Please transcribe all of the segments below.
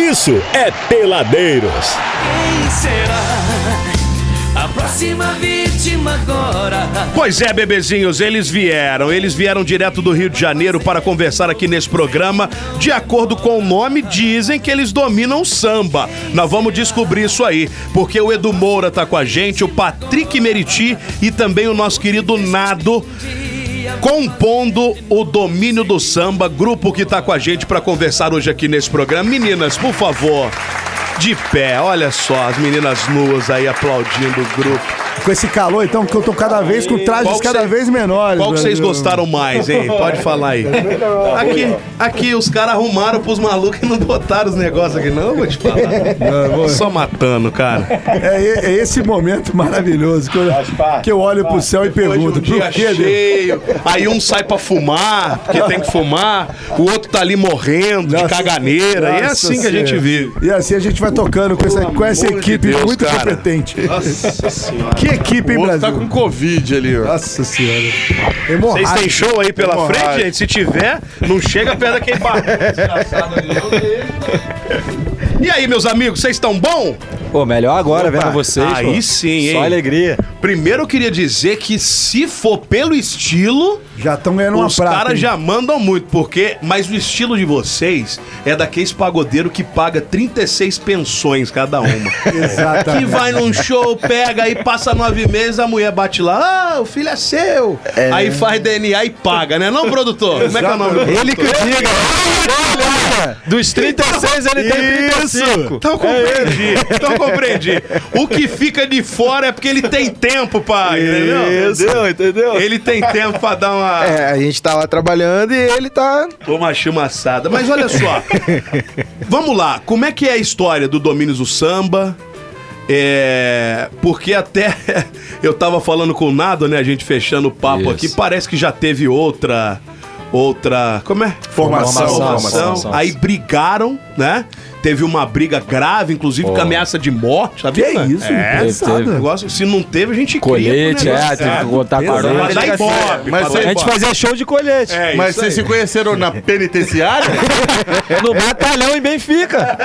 isso é Peladeiros. Quem será a próxima vítima agora? Pois é, bebezinhos, eles vieram direto do Rio de Janeiro para conversar aqui nesse programa. De acordo com o nome, dizem que eles dominam o samba. Nós vamos descobrir isso aí, porque o Edu Moura tá com a gente, o Patrick Meriti e também o nosso querido Nado, compondo o Domínio do Samba, grupo que tá com a gente para conversar hoje aqui nesse programa. Meninas, por favor, de pé, olha só, as meninas nuas aí aplaudindo o grupo. Com esse calor, então, que eu tô cada vez com trajes cada vez menores. Qual que vocês gostaram mais, hein? Pode falar aí. Aqui os caras arrumaram pros malucos e não botaram os negócios aqui, não, vou te falar. Só matando, cara. É esse momento maravilhoso que eu olho pro céu e pergunto, por que, cheio, aí um sai pra fumar, porque tem que fumar, o outro tá ali morrendo de caganeira, e é assim que a gente vive. E assim a gente vai tocando com essa equipe muito competente. Nossa senhora. Que equipe, hein, Brasil? Tá com Covid ali, ó. Nossa senhora. Vocês têm show aí pela frente, gente? Se tiver, não chega perto daquele barco. E aí, meus amigos, vocês estão bom? Pô, melhor agora, vendo vocês. Aí pô. sim, hein? Só alegria. Primeiro eu queria dizer que se for pelo estilo, já estão ganhando uma prata. Os caras já mandam muito, mas o estilo de vocês é daqueles pagodeiros que paga 36 pensões cada uma. Exatamente. Que vai num show, pega aí, passa 9 meses, a mulher bate lá, o filho é seu. Aí faz DNA e paga, né? Não, produtor? Como é que é o nome do produtor? Ele que diga. Dos 36 ele tem 35. Então compreendi. O que fica de fora é porque ele tem tempo, pai. Entendeu? Ele tem tempo pra dar uma... a gente tá lá trabalhando e ele tá... Uma chumaçada. Mas olha só. Vamos lá. Como é que é a história do Domínios do Samba? Porque até eu tava falando com o Nado, né? A gente fechando o papo aqui. Parece que já teve outra... Como é? Formação. Aí brigaram, né? Teve uma briga grave, inclusive com ameaça de morte, sabia? Que isso? Teve. Negócio, se não teve, a gente colete, teve que botar colete. Mas a gente fazia show de colete. Mas vocês se conheceram na penitenciária? No batalhão em Benfica.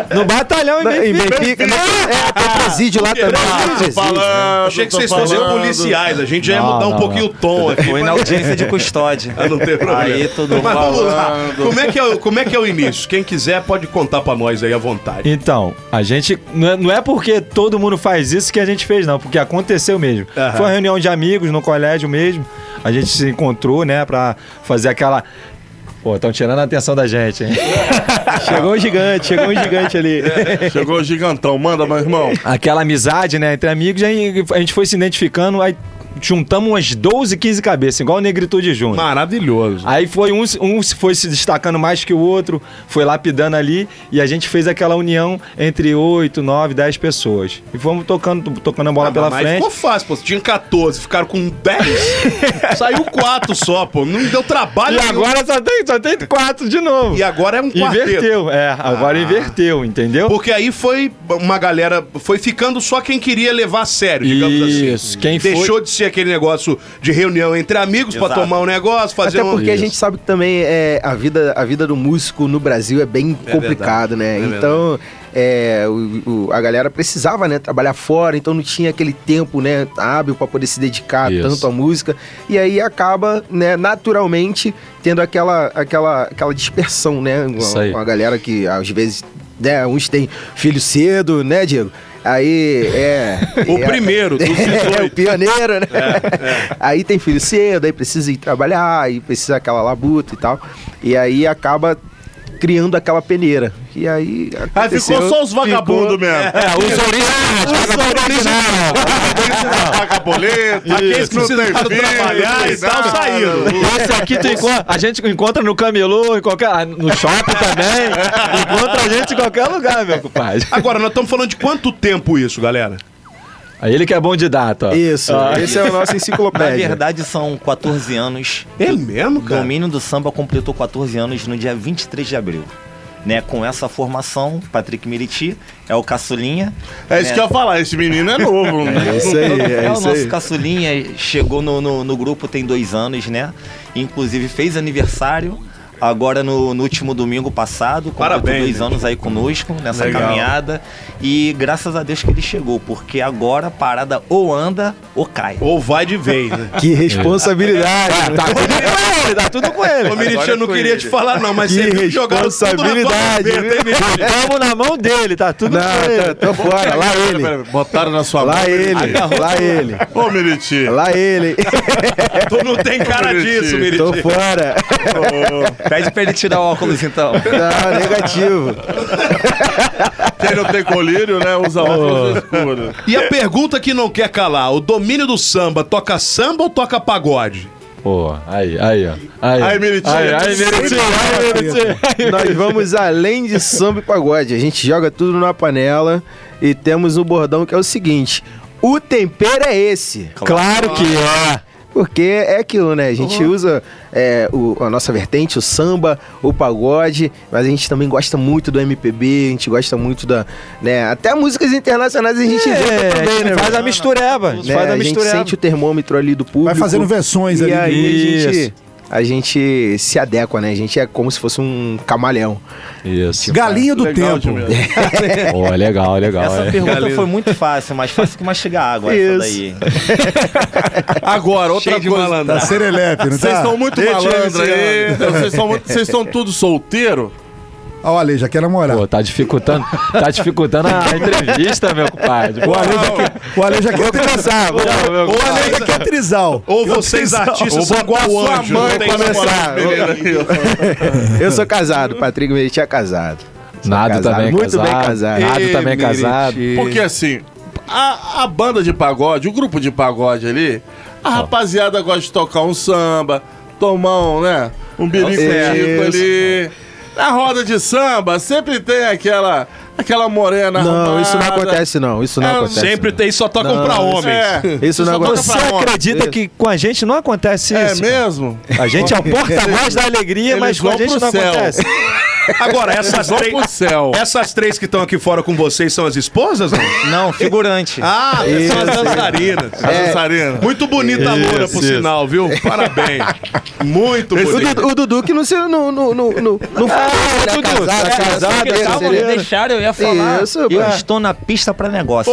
Em Benfica. Tem presídio lá também. Achei que vocês fossem policiais, a gente já ia mudar um pouquinho o tom aqui. Foi na audiência de custódia. Não tem problema. Aí todo mundo. Mas vamos lá. Como é que é o início? Quem quiser pode contar pra nós aí à vontade. Então, a gente... Não é porque todo mundo faz isso que a gente fez, não. Porque aconteceu mesmo. Foi uma reunião de amigos no colégio mesmo. A gente se encontrou, né, pra fazer aquela... Pô, estão tirando a atenção da gente, hein? Chegou um gigante ali. Chegou o gigantão. Manda, meu irmão. Aquela amizade, né, entre amigos, aí a gente foi se identificando, aí juntamos umas 12, 15 cabeças, igual o Negritude Júnior. Maravilhoso. Aí foi um foi se destacando mais que o outro, foi lapidando ali, e a gente fez aquela união entre 8, 9, 10 pessoas. E fomos tocando a bola pela frente. Mas ficou fácil, pô. Tinha 14, ficaram com 10. Saiu 4 só, pô. Não deu trabalho. E agora só tem 4 de novo. E agora é um quarteto. Inverteu, agora inverteu, entendeu? Porque aí foi uma galera, foi ficando só quem queria levar a sério, digamos assim. Isso, quem deixou de ser aquele negócio de reunião entre amigos pra tomar um negócio, fazer Até porque a gente sabe que também a vida do músico no Brasil é bem complicado, né? Então, a galera precisava, né, trabalhar fora, então não tinha aquele tempo, né, hábil pra poder se dedicar tanto à música. E aí acaba, né, naturalmente tendo aquela dispersão, né? Com a galera que às vezes, né, uns têm filho cedo, né, Diego? Aí o primeiro dos 18. O pioneiro, né? Aí tem filho cedo, aí precisa ir trabalhar, aí precisa aquela labuta e tal. E aí acaba criando aquela peneira. E aí ficou só os vagabundos mesmo. Os originais. Vagaboleto. Aqueles que precisam trabalhar e tal, saíram. Esse aqui a gente encontra no camelô, no shopping também. Encontra a gente em qualquer lugar, meu compadre. Agora, nós estamos falando de quanto tempo isso, galera? Aí ele que é bom de data, ó. Isso, esse é o nosso enciclopédia. Na verdade, são 14 anos. É mesmo, cara? O Domínio do Samba completou 14 anos no dia 23 de abril. Né, com essa formação, Patrick Meriti é o caçulinha. É isso que eu ia falar, esse menino é novo. É isso aí, o nosso caçulinha, chegou no grupo tem 2 anos, né? Inclusive fez aniversário agora no último domingo passado, completou Parabéns, 2 anos aí conosco, nessa Legal. caminhada. E graças a Deus que ele chegou, porque agora a parada ou anda ou cai. Ou vai de vez, né? Que responsabilidade. Tá tudo com ele. Ô, Miriti, eu não queria te falar não, mas Que você viu que jogaram tudo na tua responsabilidade, gaveta, hein, Miriti? Tamo na mão dele, tá tudo com ele. Não, tô fora. Lá ele. Botaram na sua Lá mão. ele. Lá ele. Ô, Miriti. Lá ele. Tu não tem cara Miriti. disso, Miriti. Tô fora. Pede pra ele tirar o óculos então. Não, negativo. Quem não tem colírio, né? Usa óculos escuros. E a pergunta que não quer calar, o domínio do samba, toca samba ou toca pagode? Pô, aí, ó. Aí, Miriti. Miriti. Nós vamos além de samba e pagode. A gente joga tudo numa panela e temos um bordão que é o seguinte: o tempero é esse. Claro que é. Porque é aquilo, né? A gente usa a nossa vertente, o samba, o pagode, mas a gente também gosta muito do MPB, a gente gosta muito da... né? Até músicas internacionais a gente junta também, né? Faz a mistureba. Né? A gente sente o termômetro ali do público. Vai fazendo versões E ali. aí a gente se adequa, né? A gente é como se fosse um camaleão. Isso. Galinha do Legal, tempo. Júlio. Pô, legal. Essa pergunta foi muito fácil, mais fácil que mastigar água essa daí. Agora, outra Cheio de coisa. malandragem. Da Serelepe, não Vocês tá? estão muito Deixa malandros aí. esse Vocês estão tudo solteiro? Ó, Ale, já quer namorar. Pô, tá dificultando a entrevista, meu compadre. O Ale já quer trisal. O Ale já quer trisal. Ou vocês artistas são igual o anjo, não tem começar. Eu sou casado, Patrick Meriti é casado. Sou Nado casado, também muito casado. bem casado. Nado também Meriti. casado. Porque assim, a banda de pagode, o grupo de pagode ali, a rapaziada gosta de tocar um samba, tomar um biricutico ali. Na roda de samba, sempre tem aquela morena Não, arrumada. isso não acontece não, isso não acontece. Sempre tem, só tocam pra homens. Isso não só toca acontece. Você pra homem. acredita que com a gente não acontece É isso? mesmo? A gente é o porta-voz da alegria, mas Eles com a vão gente pro não céu. acontece. Agora, essas Vão três, pro céu. essas três que estão aqui fora com vocês são as esposas, não? Não, figurante. Ah, são as dançarinas. A dançarina. Muito bonita a loura, por sinal, viu? Parabéns. Muito bonita. O Dudu que não falou, ele é Dudu, casado, tá casado, solteiro, Calma, me sereno. deixaram, eu ia falar. Isso, eu pá. estou na pista pra negócio.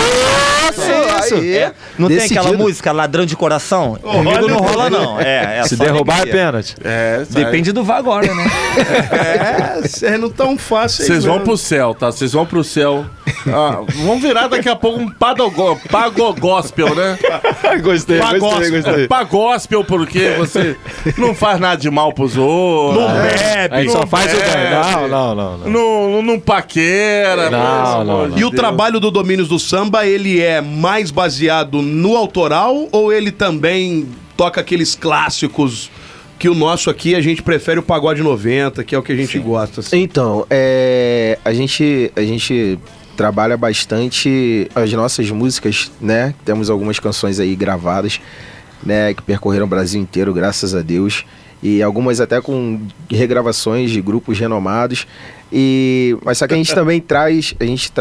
Isso. É. Não tem aquela Decidido. música Ladrão de Coração? Comigo não rola, não. Se só derrubar é alegria. pênalti. Depende do vá agora, né? Vocês não tão fácil aí, Vocês vão não. pro céu, tá? Vocês vão pro céu. Vamos virar daqui a pouco um pagogóspel, né? Gostei. Pagóspel porque você não faz nada de mal pros outros. Não bebe. Aí só Não faz o bebe. bem. Não. Não paquera. Não, pelo não, amor não. de E o Deus. trabalho do Domínios do Samba, ele é mais baseado no autoral ou ele também toca aqueles clássicos que o nosso aqui a gente prefere o pagode 90, que é o que a gente gosta. assim? Então, a gente trabalha bastante as nossas músicas, né? Temos algumas canções aí gravadas, né? Que percorreram o Brasil inteiro, graças a Deus. E algumas até com regravações de grupos renomados. Mas só que a gente também traz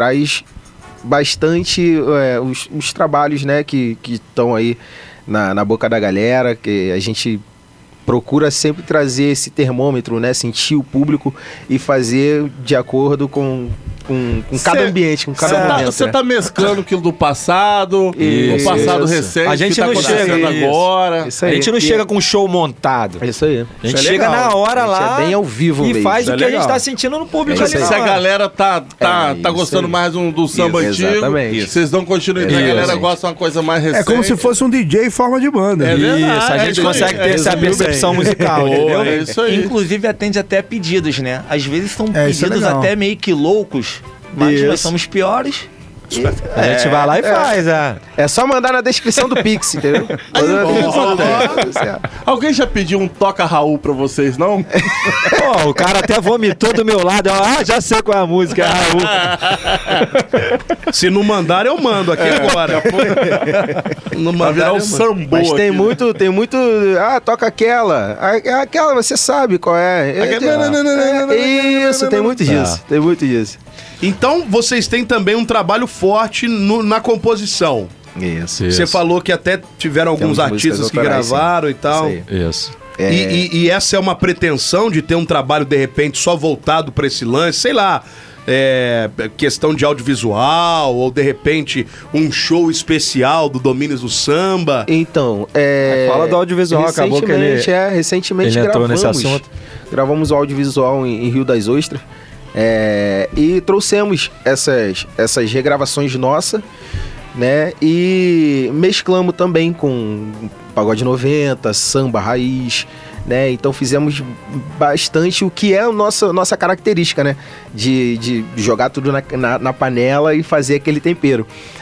bastante os trabalhos, né? Que estão aí na boca da galera, que a gente procura sempre trazer esse termômetro, né? Sentir o público e fazer de acordo com cada ambiente, com cada momento. Você né? tá mesclando aquilo do passado, Isso, o passado isso. recente, A gente que tá não acontecendo chega agora. Isso A aí. gente não chega com um show montado. É isso aí. A gente Isso é chega legal. na hora A gente lá é bem ao vivo e mesmo. faz Isso o é que a gente legal. tá sentindo no público É ali isso na Se a hora. galera tá isso gostando aí. mais do samba Isso, antigo, exatamente. vocês dão continuidade. A Isso. galera gosta de uma coisa mais recente. É como se fosse um DJ em forma de banda. É verdade, Isso, a gente é consegue isso aí. ter essa Resumiu percepção bem. musical, Boa, entendeu? é isso aí. Inclusive atende até a pedidos, né? Às vezes são É, isso é pedidos legal. até meio que loucos, mas Isso. nós somos piores. A gente vai lá e faz, É só mandar na descrição do Pix, entendeu? Alguém já pediu um Toca Raul pra vocês, não? Pô, o cara até vomitou do meu lado. Já sei qual é a música, é Raul. Se não mandar, eu mando aqui agora. Não Vai mandar, virar eu um mando. sambô Mas tem aqui, muito. Toca aquela. Aquela, você sabe qual é. Isso, tem muito disso. Tem muito disso. Então, vocês têm também um trabalho forte na composição. Isso. Você falou que até tiveram alguns Temos músicas artistas que autorais, gravaram e tal. Isso aí. Isso. E essa é uma pretensão de ter um trabalho, de repente, só voltado para esse lance, sei lá, questão de audiovisual, ou de repente um show especial do Domínios do Samba? Então, fala do audiovisual, acabou que ele... recentemente ele entrou nesse assunto. Gravamos o audiovisual em Rio das Ostras. E trouxemos essas regravações nossas, né? E mesclamos também com pagode 90, samba raiz, né? Então fizemos bastante o que é a nossa característica, né? De jogar tudo na panela e fazer aquele tempero.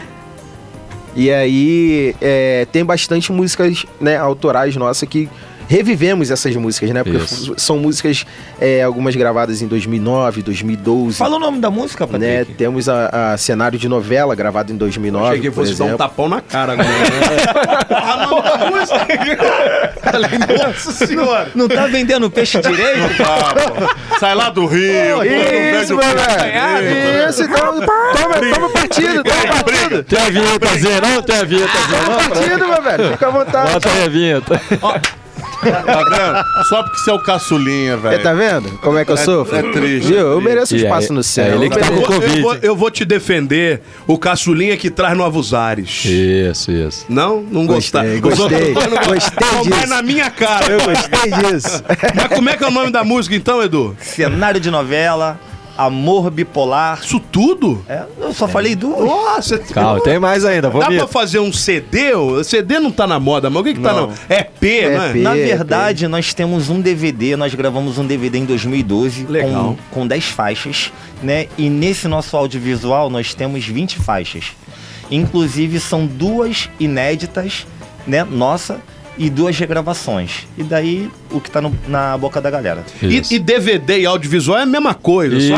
E aí tem bastante músicas, né, autorais nossas que revivemos essas músicas, né? Porque são músicas, algumas gravadas em 2009, 2012. Fala o nome da música, Patrick. Né? Temos a Cenário de Novela, gravado em 2009, Achei que fosse dar um tapão na cara agora. Porra, nome da música. Falei, nossa senhora. Não tá vendendo peixe direito? Sai lá do Rio. Isso, meu velho. Isso, então, toma partido, toma partido. Tem a vinhetazinha, não? Tem a vinhetazinha, não? Toma partido, meu velho. Fica à vontade. Bota aí a vinheta. Tá vendo? Só porque você é o caçulinha, velho. Tá vendo como é que eu sofro? É triste. Viu? Eu mereço espaço no céu. Ele que tá com Covid. Eu vou te defender o caçulinha que traz novos ares. Isso. Não gostei. Gostei Vai disso. na minha cara. Eu gostei disso. Mas como é que é o nome da música então, Edu? Cenário de Novela, Amor Bipolar. Isso tudo? Eu só falei duas. Nossa, Calma, tem mais ainda, dá pra vomita. fazer um CD? O CD não tá na moda, mas o que tá não? EP, né? EP. Na verdade, nós temos um DVD, nós gravamos um DVD em 2012 Legal. com 10 faixas, né? E nesse nosso audiovisual nós temos 20 faixas. Inclusive são 2 inéditas, né? Nossa, e 2 regravações. E daí o que tá na boca da galera. E DVD e audiovisual é a mesma coisa. Só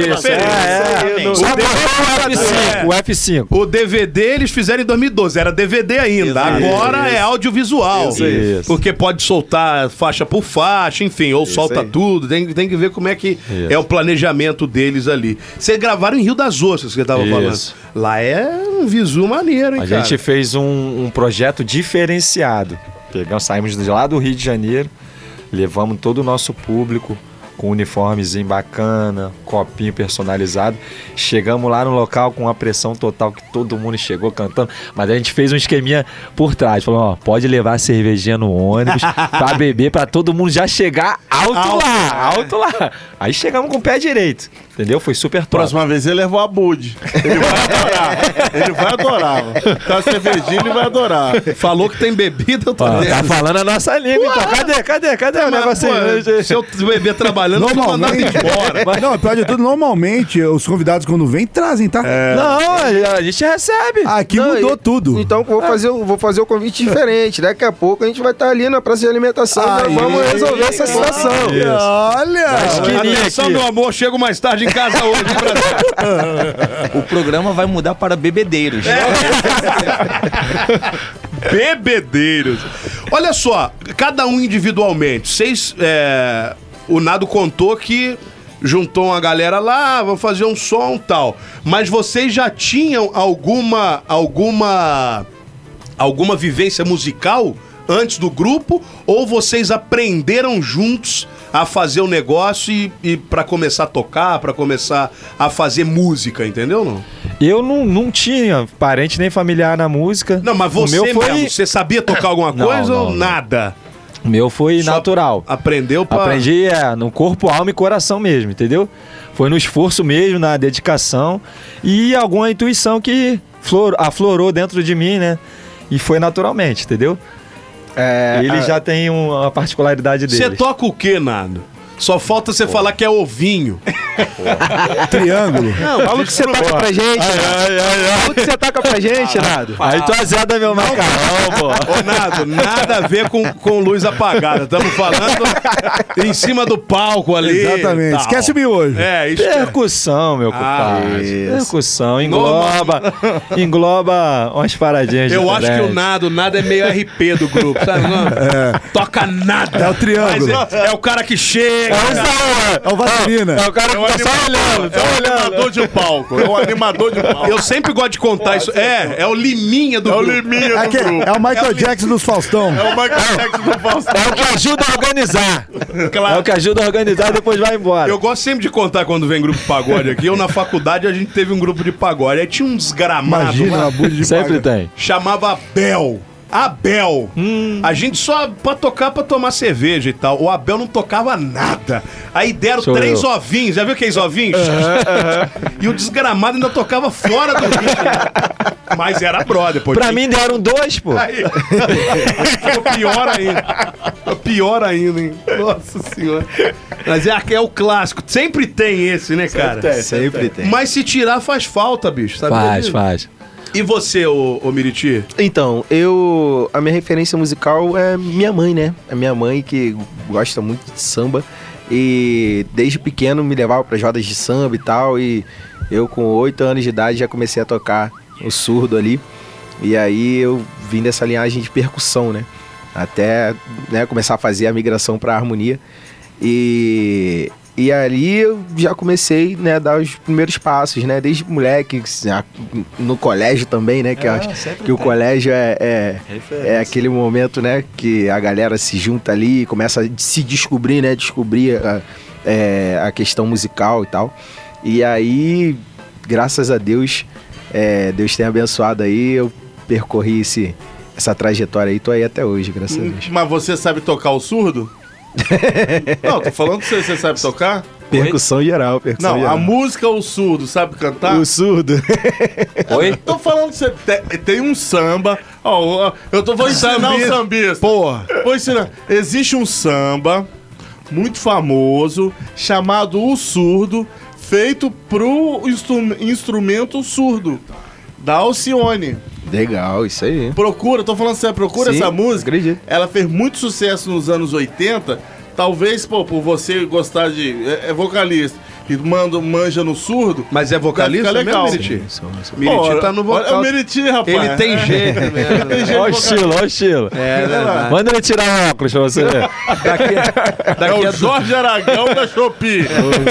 O F5. O DVD eles fizeram em 2012, era DVD ainda. Agora é audiovisual. Isso. Porque pode soltar faixa por faixa, enfim, ou solta tudo. Tem que ver como é que é o planejamento deles ali. Vocês gravaram em Rio das Ostras, que você tava falando. Lá é um visu maneiro, hein, A cara? gente fez um projeto diferenciado. Saímos de lá do Rio de Janeiro, levamos todo o nosso público com um uniformezinho bacana, copinho personalizado. Chegamos lá no local com uma pressão total, que todo mundo chegou cantando. Mas a gente fez um esqueminha por trás. Falou, ó, pode levar cervejinha no ônibus pra beber, pra todo mundo já chegar alto lá. Aí chegamos com o pé direito, entendeu? Foi super top. Próxima vez ele levou a Bud. Ele vai adorar. Tá a cervejinha, ele vai adorar. Falou que tem bebida, eu tô Tá dentro. falando a nossa língua, então. Cadê o negócio aí? Se eu beber trabalhando, eu tô mandando embora. Mas não, pior de tudo, normalmente os convidados quando vêm trazem, tá? Não, a gente recebe. Aqui Não, mudou tudo. Então vou fazer o convite diferente. Daqui a pouco a gente vai estar ali na praça de alimentação e vamos resolver essa situação. Olha! Atenção, meu amor, chego mais tarde em casa hoje, hein, Brasil? O programa vai mudar para bebedeiros. Bebedeiros. Olha só, cada um individualmente. Vocês. O Nado contou que juntou uma galera lá, vão fazer um som e tal. Mas vocês já tinham alguma vivência musical antes do grupo? Ou vocês aprenderam juntos a fazer o negócio e pra começar a tocar, pra começar a fazer música, entendeu? Não? Eu não tinha parente nem familiar na música. Não, mas você mesmo, você sabia tocar alguma coisa ou nada? O meu foi Só natural. Aprendeu pra... Aprendi no corpo, alma e coração mesmo, entendeu? Foi no esforço mesmo, na dedicação e alguma intuição que aflorou dentro de mim, né? E foi naturalmente, entendeu? Ele já tem uma particularidade dele. Você toca o quê, Nado? Só falta você falar que é ovinho. Triângulo. Não, fala o que você toca pra gente. Fala o que você toca pra gente, Nado. Aí tu azeda meu macarrão, pô. Ô, Nado, nada a ver com luz apagada. Estamos falando em cima do palco ali. Exatamente. Tal. Esquece o miojo. Isso. Percussão, meu compadre. Percussão. Engloba umas paradinhas Eu acho que o diferentes. Nado é meio RP do grupo, sabe? Não? Toca nada. É o triângulo. Mas é o cara que chega É o Vaselina. É o cara que fica só olhando, É o animador de palco. É o animador de palco. Eu sempre gosto de contar isso. É o Liminha do É o grupo. Liminha do grupo. É o Michael Jackson dos Faustão. É o Michael Jackson do Faustão. É o que ajuda a organizar. Claro. É o que ajuda a organizar e depois vai embora. Eu gosto sempre de contar quando vem grupo de pagode aqui. Eu, na faculdade, a gente teve um grupo de pagode. Aí tinha uns gramados Imagina lá, uma bunda de Sempre paga. tem. chamava Abel. A gente só pra tocar, pra tomar cerveja e tal. O Abel não tocava nada. Aí deram Sou 3 eu. ovinhos. Já viu aqueles ovinhos? E o desgramado ainda tocava fora do bicho. Né? Mas era brother, pô. Pra mim deram 2, pô. Aí. Ficou pior ainda. Ficou pior ainda, hein? Nossa senhora. Mas é o clássico. Sempre tem esse, né, cara? Sempre tem. Mas se tirar, faz falta, bicho. Sabia Faz, disso? faz. E você, ô Miriti? Então, a minha referência musical é minha mãe, né? A minha mãe que gosta muito de samba e desde pequeno me levava para rodas de samba e tal, e eu com 8 anos de idade já comecei a tocar o surdo ali, e aí eu vim dessa linhagem de percussão, né? Até, né, começar a fazer a migração para harmonia, e ali eu já comecei, né, a dar os primeiros passos, né? Desde moleque, no colégio também, né? Que o colégio é aquele momento, né? Que a galera se junta ali e começa a se descobrir, né? Descobrir a questão musical e tal. E aí, graças a Deus, Deus tem abençoado aí, eu percorri essa trajetória aí, tô aí até hoje, graças a Deus. Mas você sabe tocar o surdo? Não, tô falando que você sabe tocar? Percussão geral, percussão Não, geral. a música o surdo, sabe cantar? O surdo. Oi? Tô falando que você tem um samba. Ó, vou ensinar um sambista. Porra. Vou ensinar. Existe um samba muito famoso chamado O Surdo, feito pro instrumento surdo, da Alcione. Legal, isso aí. Procura, tô falando sério, procura Sim, essa música. acredito. Ela fez muito sucesso nos anos 80. Talvez, pô, por você gostar de... É vocalista e manja no surdo. Mas é vocalista Vai ficar mesmo, legal. Miriti? Sim, Miriti tá no vocal. Olha o Miriti, rapaz. Ele tem jeito mesmo. Tem jeito Olha o de estilo, olha o estilo. É verdade. Manda ele tirar o óculos pra você ver. É o Jorge Aragão da Shopee.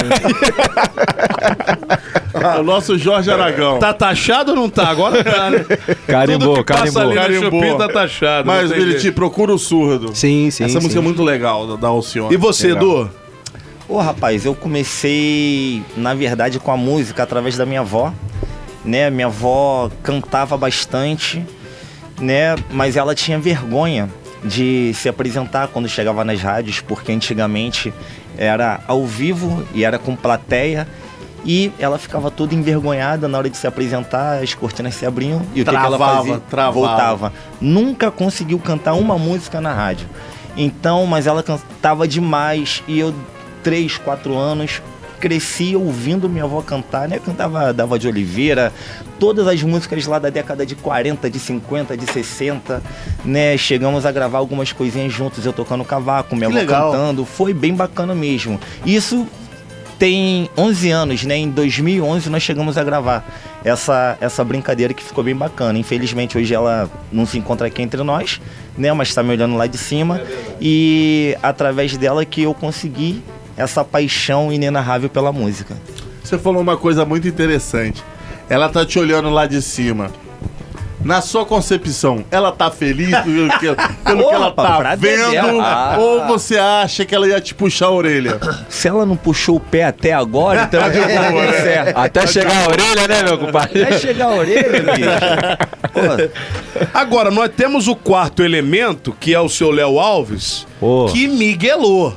É o nosso Jorge Aragão. Tá taxado ou não tá? Agora tá, né? Carimbou, Tudo que passa ali carimbou. na Shopee tá taxado. Mas, não tem Miriti, jeito. procura o surdo. Sim. Essa música é muito legal, da Alcione. E você, Legal. Edu? Ô, rapaz, eu comecei, na verdade, com a música através da minha avó, né? Minha avó cantava bastante, né? Mas ela tinha vergonha de se apresentar quando chegava nas rádios, porque antigamente era ao vivo e era com plateia. E ela ficava toda envergonhada na hora de se apresentar, as cortinas se abriam e o que ela fazia? Travava. Voltava. Nunca conseguiu cantar uma música na rádio. Então, mas ela cantava demais e eu, 3, 4 anos, cresci ouvindo minha avó cantar, né? Cantava Dalva de Oliveira, todas as músicas lá da década de 40, de 50, de 60, né? Chegamos a gravar algumas coisinhas juntos, eu tocando cavaco, minha Que avó legal. cantando, foi bem bacana mesmo. Isso tem 11 anos, né? Em 2011 nós chegamos a gravar essa brincadeira que ficou bem bacana. Infelizmente hoje ela não se encontra aqui entre nós, né? Mas tá me olhando lá de cima. E através dela que eu consegui essa paixão inenarrável pela música. Você falou uma coisa muito interessante. Ela tá te olhando lá de cima. Na sua concepção, ela tá feliz pelo que ela tá pra vendo? dedéu. Ou você acha que ela ia te puxar a orelha? Se ela não puxou o pé até agora, então eu tá tudo certo. Até chegar a orelha, né, meu compadre? Até chegar a orelha, bicho. Pô, Agora, nós temos o quarto elemento, que é o seu Léo Alves, Ô. que miguelou.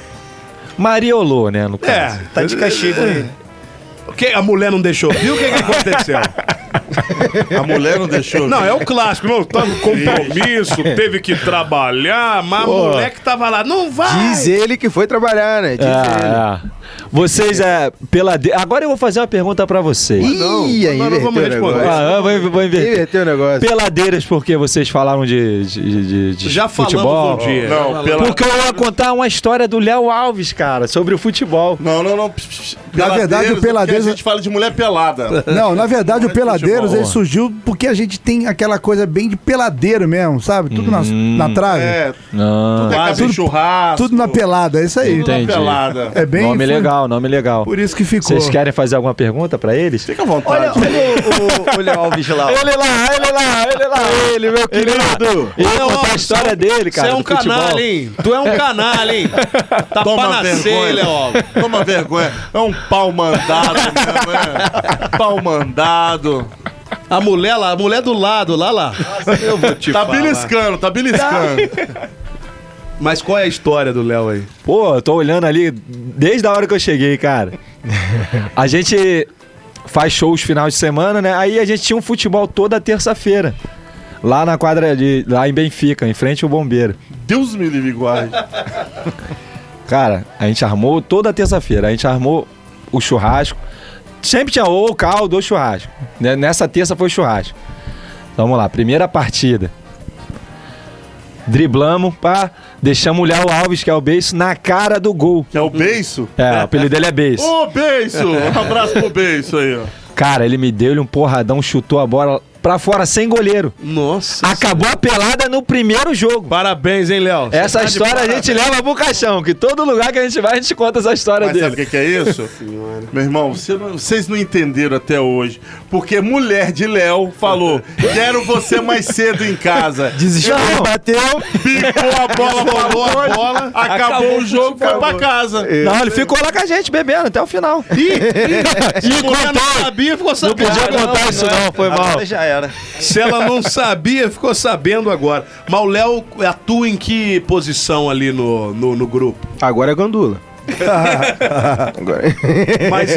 Mariolô, né, no caso. É. tá de castigo aí. A mulher não deixou. Viu o que aconteceu? A mulher não deixou. Não, é o clássico. Não, tá no compromisso, teve que trabalhar, mas a moleque tava lá. Não vai! Diz ele que foi trabalhar, né? Diz ele. Vocês agora eu vou fazer uma pergunta pra vocês. Ih, aí Agora vamos responder. Vou inverter. Inverteu o negócio. Peladeiras, porque vocês falaram de Já futebol. falamos um dia. Não, Porque eu ia contar uma história do Léo Alves, cara, sobre o futebol. Não. Na verdade, o Peladeiros- A gente fala de mulher pelada. Não, na verdade, o Não é Peladeiros futebol. ele surgiu porque a gente tem aquela coisa bem de peladeiro mesmo, sabe? Tudo na trave. É, Não. tudo é casa de churrasco. Tudo na pelada, é isso aí. Tudo na Entendi. pelada. É bem. Nome legal. Por isso que ficou. Vocês querem fazer alguma pergunta pra eles? Fica à vontade. Olha o Léo Alves lá. ó. Ele, meu querido. Ele vai contar a história dele, cara. Você é um do futebol. canalha, hein? Tu é um canalha, hein? Tá Toma pra nascer, vergonha. Léo Alves. Toma vergonha. É um pau mandado mesmo, é? Pau mandado. A mulher do lado, lá. Eu vou te Tá falar. beliscando. Mas qual é a história do Léo aí? Pô, eu tô olhando ali desde a hora que eu cheguei, cara. A gente faz shows finais de semana, né? Aí a gente tinha um futebol toda terça-feira. Lá na quadra lá em Benfica, em frente ao Bombeiro. Deus me livre, guarde. Cara, a gente armou toda terça-feira. A gente armou o churrasco. Sempre tinha ou caldo ou churrasco. Nessa terça foi churrasco. Vamos lá, primeira partida. Driblamos, deixamos o Léo Alves, que é o beiço, na cara do gol. Que é o beiço? É, o apelido dele é beiço. Ô, beiço! Um abraço pro beiço aí, ó. Cara, ele me deu um porradão, chutou a bola pra fora sem goleiro. Nossa. Acabou a pelada no primeiro jogo. Parabéns, hein, Léo? Essa história a gente leva pro caixão, que todo lugar que a gente vai, a gente conta essa história Mas dele. sabe o que é isso? Meu irmão, vocês não entenderam até hoje. Porque mulher de Léo falou: quero você mais cedo em casa. Desesperou, bateu. Picou a bola, falou a bola, acabou o jogo, foi pra casa. Não, ele ficou lá com a gente, bebendo até o final. Se mulher não sabia, ficou Não sabendo. podia contar isso não, foi mal. Agora já era. Se ela não sabia, ficou sabendo agora. Mas o Léo atua em que posição ali no grupo? Agora é gandula. Agora... Mas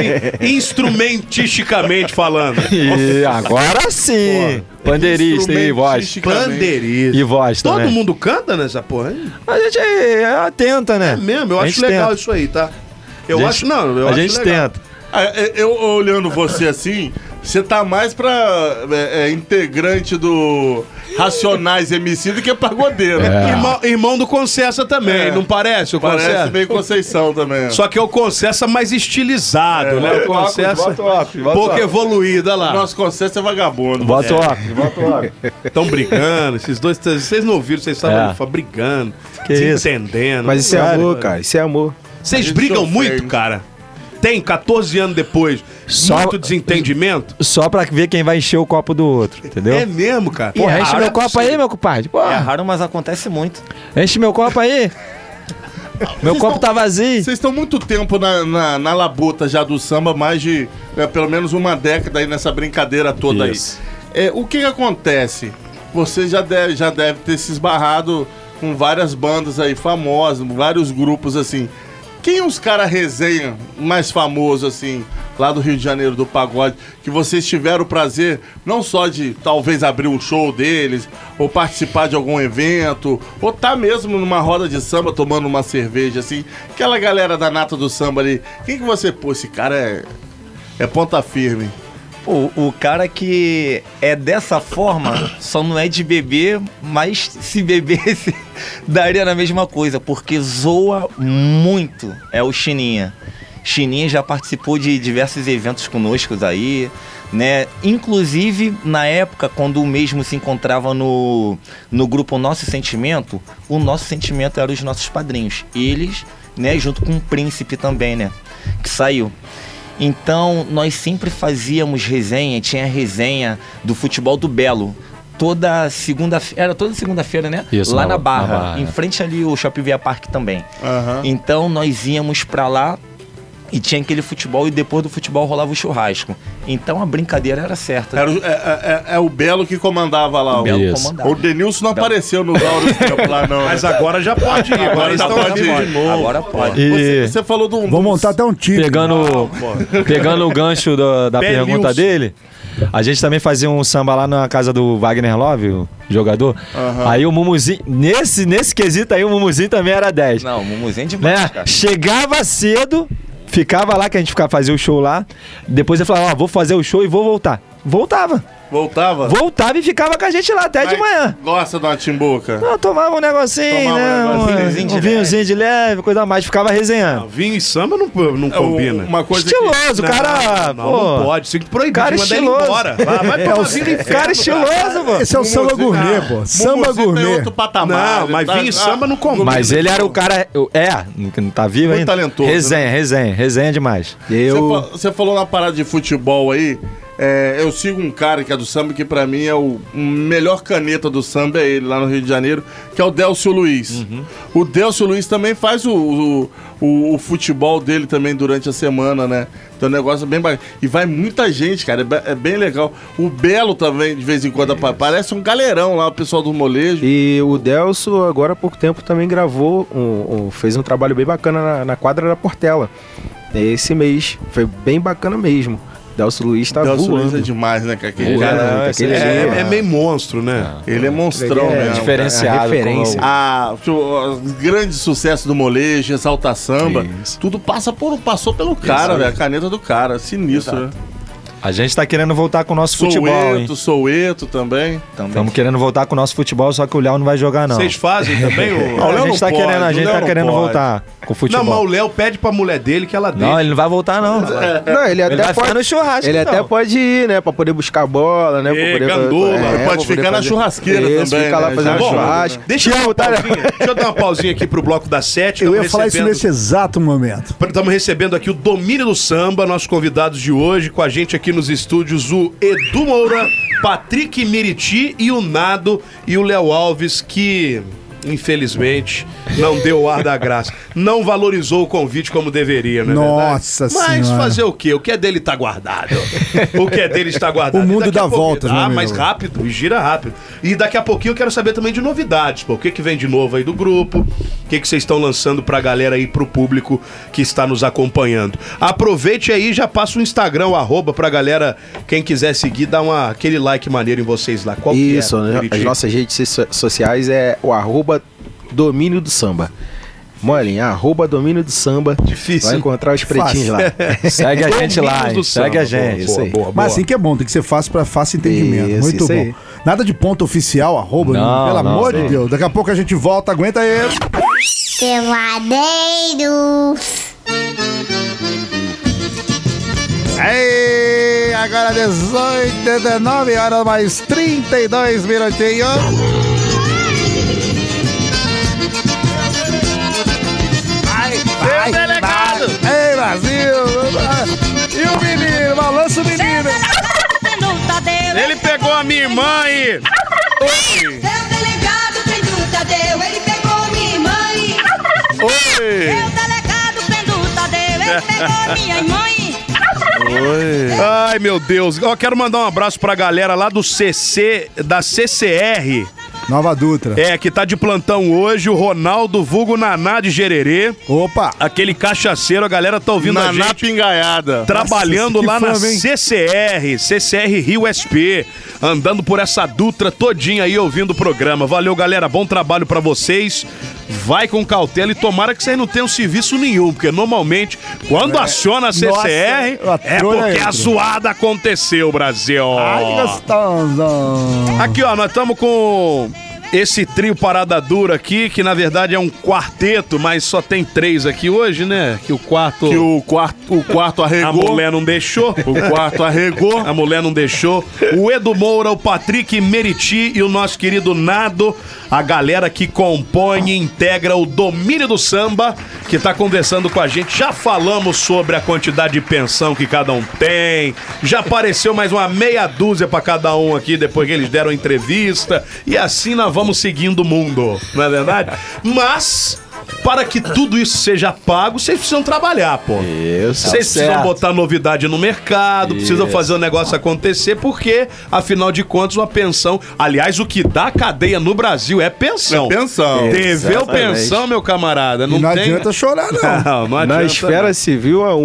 instrumentisticamente falando. E agora sim. Pandeirista e voz. Pandeirista. E voz Todo também. mundo canta nessa porra aí? A gente atenta, né? É mesmo, eu A acho gente legal tenta. isso aí, tá? Eu A gente- acho, não, eu A acho gente legal. tenta. Eu olhando você assim, você tá mais pra integrante do Racionais MC do que pagodeiro. Irmão do Concessa também, não parece o Parece Concessa? meio Conceição também. Só que é o Concessa mais estilizado, né? O Concessa pouco evoluído, olha lá. Nosso Conceição é vagabundo. Bota o óculos. Estão brigando, esses dois, vocês não ouviram, vocês estavam brigando, Que se isso? entendendo. Mas isso é Sério? amor, cara. Isso é amor. Vocês A gente brigam sofre. muito, cara? Tem 14 anos depois, Só- muito desentendimento? Só pra ver quem vai encher o copo do outro, entendeu? É mesmo, cara? Porra, é enche raro, meu copo aí, meu compadre. É Porra, raro, mas acontece muito. enche meu copo aí. Meu copo tá vazio. Vocês estão muito tempo na labuta já do samba, mais de pelo menos uma década aí nessa brincadeira toda Isso. aí. O que acontece? Você já deve ter se esbarrado com várias bandas aí famosas, vários grupos assim. Quem os caras resenham mais famosos assim, lá do Rio de Janeiro, do pagode, que vocês tiveram o prazer não só de talvez abrir um show deles, ou participar de algum evento, ou tá mesmo numa roda de samba tomando uma cerveja assim, aquela galera da nata do samba ali, quem que você, pô, esse cara é ponta firme. O cara que é dessa forma só não é de beber, mas se bebesse daria na mesma coisa, porque zoa muito. É o Chininha. Chininha já participou de diversos eventos conosco aí, né? Inclusive, na época, quando o mesmo se encontrava no grupo Nosso Sentimento, o Nosso Sentimento eram os nossos padrinhos. Eles, né, junto com o Príncipe também, né, que saiu. Então, nós sempre fazíamos resenha, tinha resenha do futebol do Belo. Toda segunda-feira, né? Isso, lá na na Barra, Barra, em frente ali o Shopping Via Parque também. Aham. Então, nós íamos pra lá e tinha aquele futebol e depois do futebol rolava o churrasco. Então, a brincadeira era certa. É o Belo que comandava lá. O Belo Isso. comandava. O Denilson não apareceu no Lauro Tempo lá, não. Mas agora já pode ir, agora já estão pode indo ir. de novo. Agora pode. E Você falou de um... Vou montar até um time. pegando o gancho da Belilson. pergunta dele, a gente também fazia um samba lá na casa do Wagner Love, o jogador. Aí o Mumuzinho, nesse quesito aí, o Mumuzinho também era 10. Não, Mumuzinho demais, Né? cara. Chegava cedo, ficava lá, que a gente fazia o show lá. Depois ele falava, vou fazer o show e vou voltar. Voltava e ficava com a gente lá até de manhã. Gosta de uma timbuca? Não, tomava um negocinho, um vinhozinho de leve, coisa mais, ficava resenhando. Vinho e samba não combina. Uma coisa estiloso, cara. Não pode, tem que proibir, cara mandar ele estiloso. embora. Vai tomar vinho e cara estiloso, pô. Esse é o samba gourmet, pô. Samba gourmet. Outro patamar. Não, mas vinho e samba não combina. Mas ele era o cara... não tá vivo muito ainda? talentoso. Resenha demais. Você falou na parada de futebol aí. Eu sigo um cara que é do samba, que pra mim é o melhor caneta do samba, é ele lá no Rio de Janeiro, que é o Délcio Luiz. O Délcio Luiz também faz o futebol dele também durante a semana, né? Então o negócio é bem bacana. E vai muita gente, cara, é bem legal. O Belo também, de vez em quando, parece um galerão lá, o pessoal do molejo. E o Délcio, agora há pouco tempo, também gravou, fez um trabalho bem bacana na quadra da Portela. Esse mês, foi bem bacana mesmo. Délcio Luiz tá voando. Délcio Luiz é demais, né? Aquele cara, é meio monstro, né? Ele é monstrão mesmo. Diferenciado. Referência. O grande sucesso do molejo, Exalta Samba, tudo passou pelo cara, velho. A caneta do cara, sinistro, né? A gente tá querendo voltar com o nosso futebol, hein? Soueto também. Estamos querendo voltar com o nosso futebol, só que o Léo não vai jogar, não. Vocês fazem também? A gente tá querendo voltar com o futebol. Não, mas o Léo pede pra mulher dele que ela deixe. Não, ele não vai voltar, não. Não, ele vai ficar no churrasco. Ele até pode ir, né? Pra poder buscar bola, né? Gandula. Pode ficar na churrasqueira também. Ficar lá fazendo churrasco. Deixa eu dar uma pausinha aqui pro bloco da 7. Eu ia falar isso nesse exato momento. Estamos recebendo aqui o Domínio do Samba, nossos convidados de hoje, com a gente aqui nos estúdios, o Edu Moura, Patrick Meriti e o Nado e o Léo Alves, que infelizmente não deu o ar da graça. Não valorizou o convite como deveria, né? Nossa Senhora. Mas fazer o quê? O que é dele tá guardado. O que é dele está guardado. O mundo dá voltas, né? Mas rápido, e gira rápido. E daqui a pouquinho eu quero saber também de novidades, pô. O que vem de novo aí do grupo? O que vocês estão lançando pra galera aí, pro público que está nos acompanhando? Aproveite aí e já passa o Instagram, o @ pra galera, quem quiser seguir, dá aquele like maneiro em vocês lá. Qual isso, que é? Né? As nossas redes sociais é o @Domínio do Samba. Molhem, @Domínio do Samba. Difícil. Vai encontrar os pretinhos lá. Segue a gente lá, segue a gente. Isso aí. Boa. Mas assim que é bom, tem que ser fácil pra fácil entendimento. Muito bom. Aí. Nada de ponto oficial, @ pelo amor de Deus. Daqui a pouco a gente volta, aguenta aí. Peladeiros. Ei, agora 18h19, horas mais 32 minutinhos. Vai, delegado! Ei, Brasil! E o menino? Balança o menino! Ele pegou a minha irmã e... Seu delegado Pendu Tadeu, ele pegou minha mãe. Oi! Seu delegado Pendu Tadeu, ele pegou minha mãe. Oi. Ai, meu Deus. Eu quero mandar um abraço pra galera lá do da CCR. Nova Dutra. Que tá de plantão hoje, o Ronaldo Vulgo Naná de Gererê. Opa! Aquele cachaceiro, a galera tá ouvindo a gente. Naná pingaiada. Trabalhando lá na CCR Rio SP. Andando por essa Dutra todinha aí ouvindo o programa. Valeu, galera. Bom trabalho pra vocês. Vai com cautela e tomara que vocês não tenham serviço nenhum, porque normalmente, quando aciona a CCR, é porque a zoada aconteceu, Brasil. Ai, gostoso. Aqui, ó, nós estamos com esse trio Parada Dura aqui, que na verdade é um quarteto, mas só tem 3 aqui hoje, né? Que o quarto arregou. A mulher não deixou. O quarto arregou. A mulher não deixou. O Edu Moura, o Patrick Meriti e o nosso querido Nado, a galera que compõe e integra o Domínio do Samba, que tá conversando com a gente. Já falamos sobre a quantidade de pensão que cada um tem. Já apareceu mais uma meia dúzia pra cada um aqui, depois que eles deram a entrevista. E assim nós vamos seguindo o mundo, não é verdade? Mas, para que tudo isso seja pago, vocês precisam trabalhar, pô. Isso. Vocês precisam botar novidade no mercado, precisam fazer o negócio acontecer, porque, afinal de contas, uma pensão... Aliás, o que dá cadeia no Brasil é pensão. É pensão. Deveu pensão, meu camarada. Não adianta chorar, não. Não adianta. Na esfera civil, o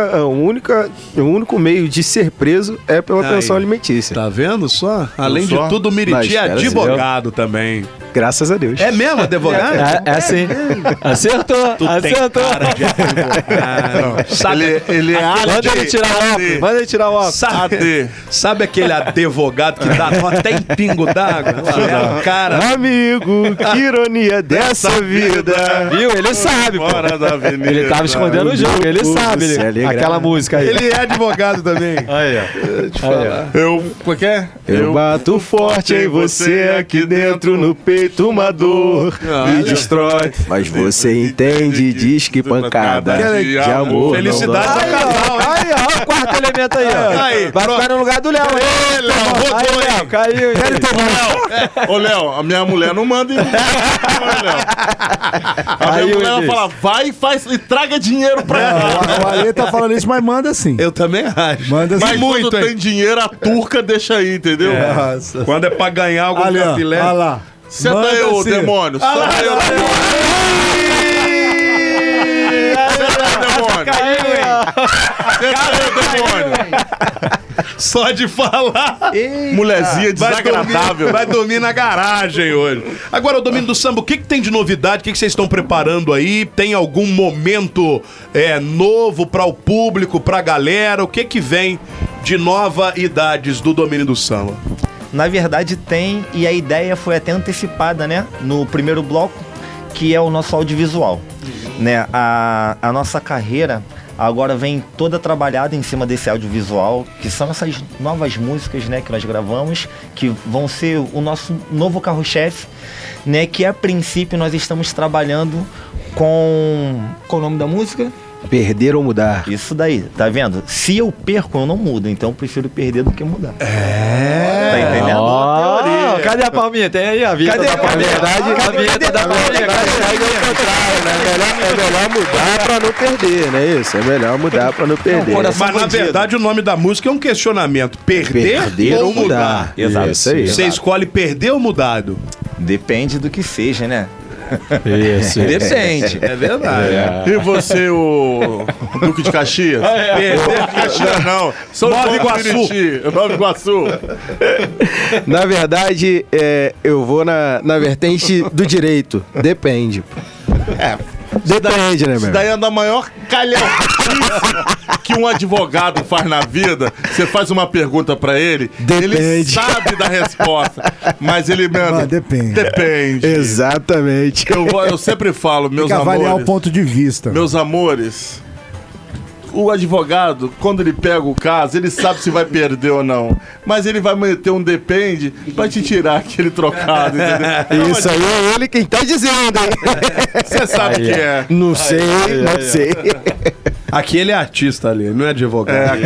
único meio de ser preso é pela pensão alimentícia. Tá vendo só? Além de tudo, o Meriti é advogado também. Graças a Deus. É mesmo advogado? É sim. Acertou. Cara de advogado. Sabe, Ele é Manda ele tirar o óculos. Manda ele tirar o óculos. sabe aquele advogado que dá nó até em pingo d'água? É o cara. Amigo, que ironia dessa vida. Viu? Ele sabe, pô. Fora da avenida. Ele tava escondendo o jogo, ele sabe. Aquela música aí. Ele é advogado também. Aí, ó. Como é que é? Eu bato forte em você aqui dentro no peito, uma dor me destrói. Mas você entende, diz que pancada de amor. Felicidade não do casal, hein? Aí, ó, o quarto elemento aí, ó. Aí, vai ficar no lugar do Léo, hein? rodou, aí, Léo, caiu. Ô, Léo, a minha mulher não manda em mim, Léo. A minha mulher vai falar, vai e faz e traga dinheiro pra ela. O Ale tá falando isso, mas manda sim. Eu também acho. Manda sim. Mas muito, quando hein? tem dinheiro, a turca deixa aí, entendeu? Nossa. Quando é pra ganhar algum Ali, ó. capilé. Olha lá. Senta aí, ô sim. demônio. Senta aí, ô demônio. Senta aí, demônio. Senta aí, demônio. Só de falar. Mulherzinha desagradável. Vai dormir na garagem hoje. Agora, o Domínio do Samba, o que tem de novidade? O que vocês estão preparando aí? Tem algum momento novo para o público, pra galera? O que vem de novidades do Domínio do Samba? Na verdade tem, e a ideia foi até antecipada, né? No primeiro bloco, que é o nosso audiovisual. Né? A nossa carreira agora vem toda trabalhada em cima desse audiovisual, que são essas novas músicas, né, que nós gravamos, que vão ser o nosso novo carro-chefe, né, que a princípio nós estamos trabalhando com... Qual o nome da música? Perder ou mudar. Isso daí, tá vendo? Se eu perco, eu não mudo, então eu prefiro perder do que mudar. Tá entendendo? Oh, cadê a palminha? Tem aí a vinheta da palminha. A vinheta da palminha. É melhor mudar pra não perder, não é isso? É melhor mudar pra não perder. Mas, na verdade, o nome da música é um questionamento. Perder ou mudar? Exato. Isso aí. Você escolhe perder ou mudado? Depende do que seja, né? Isso. Depende. É verdade. E você, o Duque de Caxias? Perder. Caxias não. São Nova Iguaçu. Nova Iguaçu. Na verdade, eu vou na vertente do direito. Depende. Depende, né, Isso meu? daí é da maior calhaucice que um advogado faz na vida. Você faz uma pergunta pra ele, ele Depende. sabe da resposta, mas ele manda. Depende. Depende. Exatamente. Eu sempre falo, meus Tem que avaliar amores. o ponto de vista. Meus amores, o advogado, quando ele pega o caso, ele sabe se vai perder ou não. Mas ele vai meter um depende pra te tirar aquele trocado, entendeu? Isso aí é ele quem tá dizendo, hein? Você sabe o que é. Não sei, não sei. Aqui ele é artista ali, não é advogado.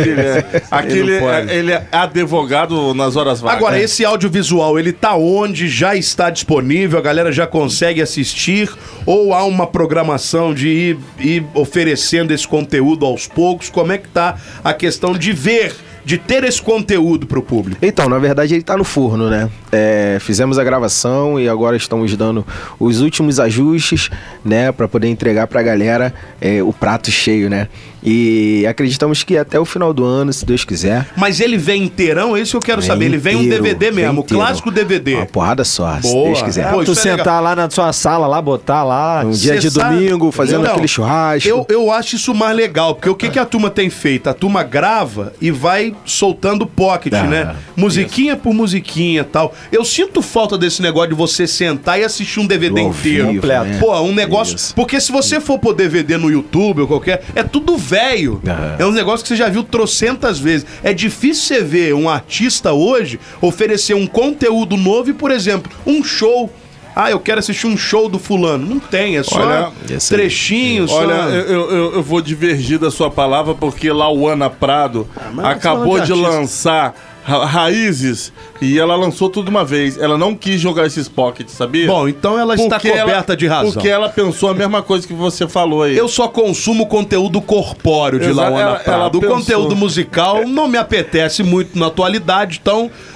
Ele é advogado nas horas vagas. Agora, esse audiovisual, ele tá onde? Já está disponível? A galera já consegue assistir? Ou há uma programação de ir oferecendo esse conteúdo aos poucos? Como é que tá a questão de ver, de ter esse conteúdo pro público? Então, na verdade, ele tá no forno, né? Fizemos a gravação e agora estamos dando os últimos ajustes, né? Pra poder entregar pra galera o prato cheio, né? E acreditamos que até o final do ano, se Deus quiser. Mas ele vem inteirão? É isso que eu quero saber. Ele vem um inteiro, DVD mesmo, o inteiro. clássico DVD. Uma porrada só, se Boa. Deus quiser. Pô, Tu isso é sentar lá na sua sala, lá, botar lá. Um dia de domingo, fazendo aquele churrasco. Eu acho isso mais legal, porque o que a turma tem feito? A turma grava e vai soltando pocket, né? Musiquinha por musiquinha e tal. Eu sinto falta desse negócio de você sentar e assistir um DVD Ao inteiro. vivo, né? Pô, um negócio... Isso. Porque se você for por DVD no YouTube ou qualquer... É tudo velho. É um negócio que você já viu trocentas vezes. É difícil você ver um artista hoje oferecer um conteúdo novo e, por exemplo, um show... Ah, eu quero assistir um show do fulano. Não tem, é só trechinhos. Olha, eu vou divergir da sua palavra porque Lauana Prado acabou de lançar Raízes e ela lançou tudo de uma vez. Ela não quis jogar esses pockets, sabia? Bom, então ela está coberta de razão. Porque ela pensou a mesma coisa que você falou aí. Eu só consumo conteúdo corpóreo de Lauana Prado. O conteúdo musical não me apetece muito na atualidade, então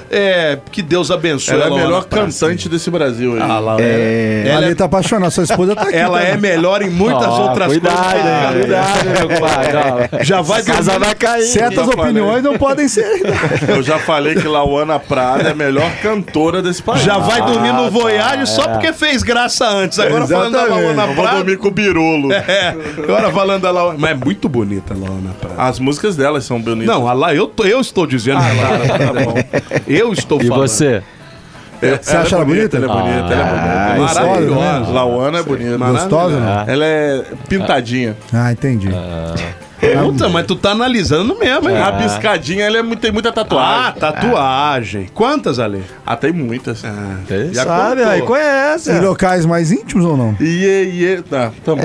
que Deus abençoe. Ela é a Laona melhor Prats. cantante desse Brasil aí. Ela tá apaixonada, sua esposa tá aqui. Ela é melhor em muitas outras Cuidado, meu compadre. Já vai Casa vai cair. Certas opiniões não podem ser. Eu já falei que Lauana Prada é a melhor cantora desse país. Já vai dormir no Voyage só porque fez graça antes. Agora falando da Laona Eu vou Prada. dormir com o Birolo. Agora falando da Laona. Mas é muito bonita a Laona Prada. As músicas delas são bonitas. Não, eu estou dizendo. Tá bom. Eu estou E falando. você? Você acha ela bonita? Ela é bonita, ela é bonita. Maravilhosa. né? Lauana é bonita. Gostosa, né? Ela é pintadinha. Ah, entendi. Puta, mas tu tá analisando mesmo, hein? A biscadinha, ela tem muita tatuagem. Tatuagem. Quantas, Ale? Tem muitas. Você Já sabe, contou. aí conhece. Em locais mais íntimos ou não? Tá bom.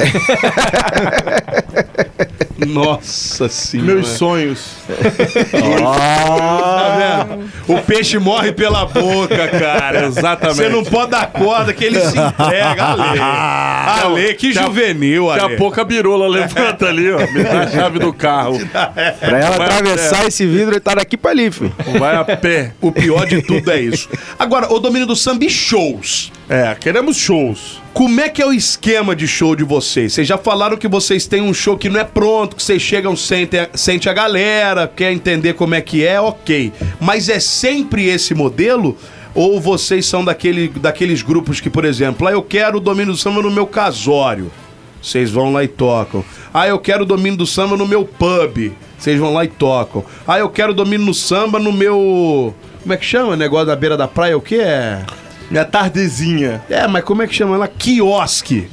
Nossa senhora. Meus sonhos. Tá vendo? O peixe morre pela boca, cara. Exatamente. Você não pode dar corda que ele se entrega. Ale, que juvenil, Ale. Daqui a pouco a birola levanta ali, ó. Me dá a chave do carro. Pra ela atravessar esse vidro e tá daqui pra ali, filho. Vai a pé. O pior de tudo é isso. Agora, o domínio do samba e shows. Queremos shows. Como é que é o esquema de show de vocês? Vocês já falaram que vocês têm um show que não é pronto, que vocês chegam, sente a galera, quer entender como é que é, ok. Mas é sempre esse modelo? Ou vocês são daqueles grupos que, por exemplo, eu quero o domínio do samba no meu casório. Vocês vão lá e tocam. Eu quero o domínio do samba no meu pub. Vocês vão lá e tocam. Eu quero o domínio do samba no meu... Como é que chama o negócio da beira da praia? O que é? Minha tardezinha. Mas como é que chama ela? Quiosque.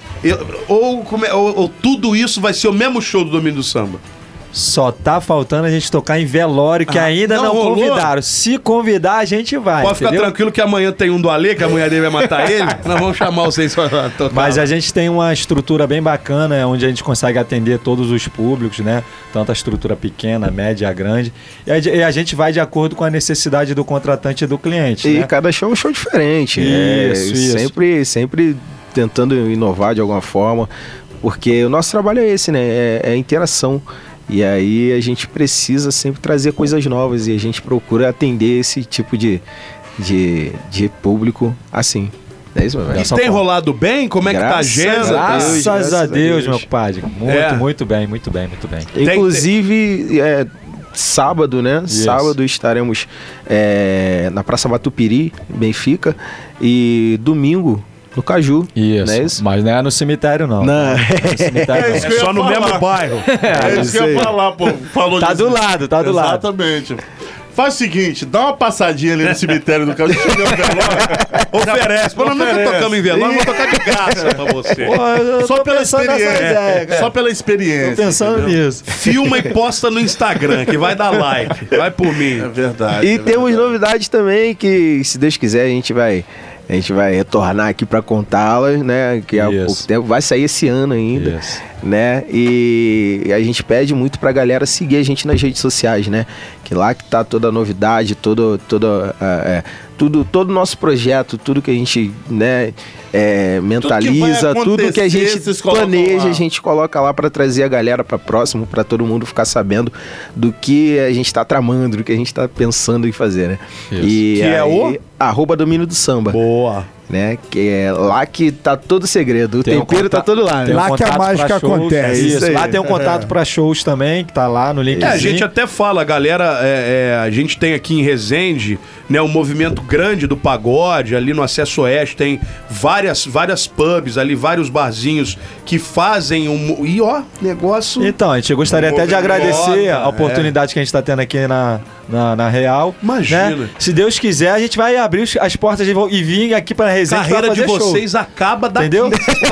Ou tudo isso vai ser o mesmo show do domínio do samba? Só tá faltando a gente tocar em velório, que ainda não rolou? convidaram. Se convidar, a gente vai. Pode ficar entendeu? tranquilo que amanhã tem um do Ale, que a mulher dele vai matar ele. Nós vamos chamar vocês pra tocar. Mas a gente tem uma estrutura bem bacana, onde a gente consegue atender todos os públicos, né? Tanto a estrutura pequena, média, grande. E a gente vai de acordo com a necessidade do contratante e do cliente. E né? cada show é um show diferente. Isso. Sempre tentando inovar de alguma forma, porque o nosso trabalho é esse, né? É interação. E aí a gente precisa sempre trazer coisas novas e a gente procura atender esse tipo de público assim. É isso, meu velho. Tem rolado bem? Como é que tá a agenda? Graças a Deus, meu compadre. Muito bem. Inclusive, sábado, né? Isso. Sábado estaremos na Praça Batupiri, Benfica, e domingo no Caju. Isso, não é isso? mas não é no cemitério, não. Não. No cemitério, não. isso que eu ia Só no falar. mesmo bairro. É isso que eu ia falar, pô. Falou Tá disso. do lado, tá do lado. Exatamente. Faz o seguinte, dá uma passadinha ali no cemitério do Caju. Oferece. Pelo menos que tocamos em velório, vou tocar de graça pra você. Só pela pensando nessa experiência. ideia, cara. Só pela experiência. Tô pensando entendeu? nisso. Filma e posta no Instagram, que vai dar like. Vai por mim. É verdade. E é temos verdade. novidades também que, se Deus quiser, a gente vai retornar aqui para contá-las, né? Que há Isso. pouco tempo vai sair esse ano ainda, Isso. né? E a gente pede muito pra galera seguir a gente nas redes sociais, né? Que lá que tá toda a novidade, todo o nosso projeto, tudo que a gente, né, mentaliza, tudo que a gente vocês colocam planeja, lá. a gente coloca lá pra trazer a galera pra próximo, pra todo mundo ficar sabendo do que a gente tá tramando, do que a gente tá pensando em fazer, né? Isso. E Que é aí, @domínio do samba, Boa. né? Que é lá que tá todo o segredo, o Tem um tempero tá contato- todo lá, né? tem um Lá que a contato mágica pra shows. acontece. Isso, Isso aí. lá tem um contato pra shows também, que tá lá no linkzinho. A gente até fala, galera, a gente tem aqui em Resende, né, um movimento grande do pagode, ali no Acesso Oeste tem várias pubs ali, vários barzinhos que fazem e ó, negócio... Então, a gente gostaria até de agradecer a Moda, oportunidade que a gente tá tendo aqui na Real. Imagina. Né? Se Deus quiser, a gente vai abrir as portas e vir aqui pra Resende pra Carreira de fazer show. vocês acaba daqui. Entendeu?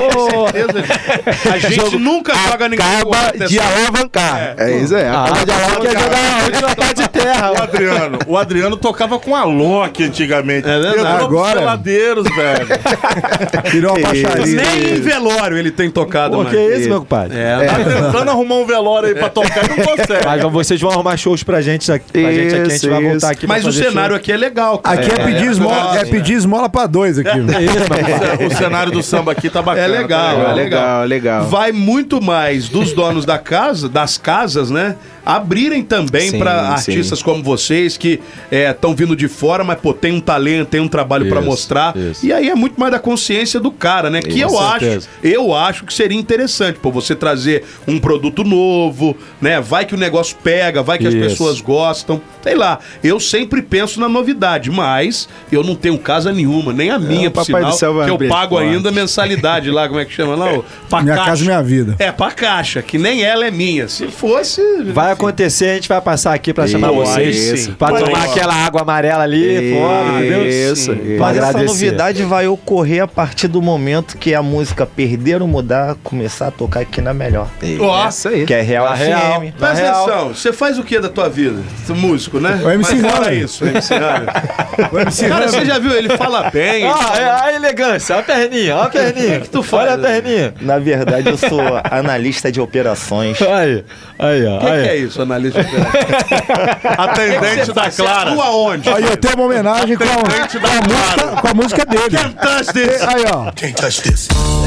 A gente nunca joga ninguém fora, Acaba de atenção. alavancar. É isso aí. Acaba de Quer alavancar. jogar a última parte de terra. O Adriano tocava com a Loki antigamente. É verdade. Entrou pros Agora- peladeiros, velho. Virou uma baixaria. Nem em velório ele tem tocado, Pô, mais. que é isso, meu compadre? Tá tentando arrumar um velório aí pra tocar e não consegue. Mas vocês vão arrumar shows pra gente aqui. A gente vai Isso, voltar aqui Mas pra o fazer cenário aqui é legal, cara. Aqui é pedir esmola, pedir esmola pra dois aqui. O cenário do samba aqui tá bacana. É legal, tá é legal. Legal. Vai muito mais dos donos das casas, né? abrirem também para artistas como vocês que estão vindo de fora, mas pô, tem um talento, tem um trabalho para mostrar. E aí é muito mais da consciência do cara, né? Que eu acho que seria interessante, pô, você trazer um produto novo, né? Vai que o negócio pega, vai que as pessoas gostam. Sei lá, eu sempre penso na novidade, mas eu não tenho casa nenhuma, nem a minha, por sinal, que eu pago ainda mensalidade lá, como é que chama lá? Minha Casa Minha Vida. Pra Caixa, que nem ela é minha. Se fosse... Vai acontecer, a gente vai passar aqui pra chamar vocês, pra tomar aquela água amarela ali, fora, entendeu? Isso. Mas essa novidade vai ocorrer a partir do momento que a música Perder ou Mudar começar a tocar aqui na Melhor. Isso aí. Que é Real FM. Presta atenção, você faz o que da tua vida? Você é músico, né? O MC Rami. Isso, o MC Rami. Cara, você já viu? Ele fala bem. A elegância, a perninha, a perninha. Que tu fala a perninha. Na verdade, eu sou analista de operações. Aí, ó. O que é isso, analista de operações? Atendente da Clara. Você atua onde? Aí eu tenho uma homenagem com a música dele. Can't touch this. Aí, ó. Can't touch this.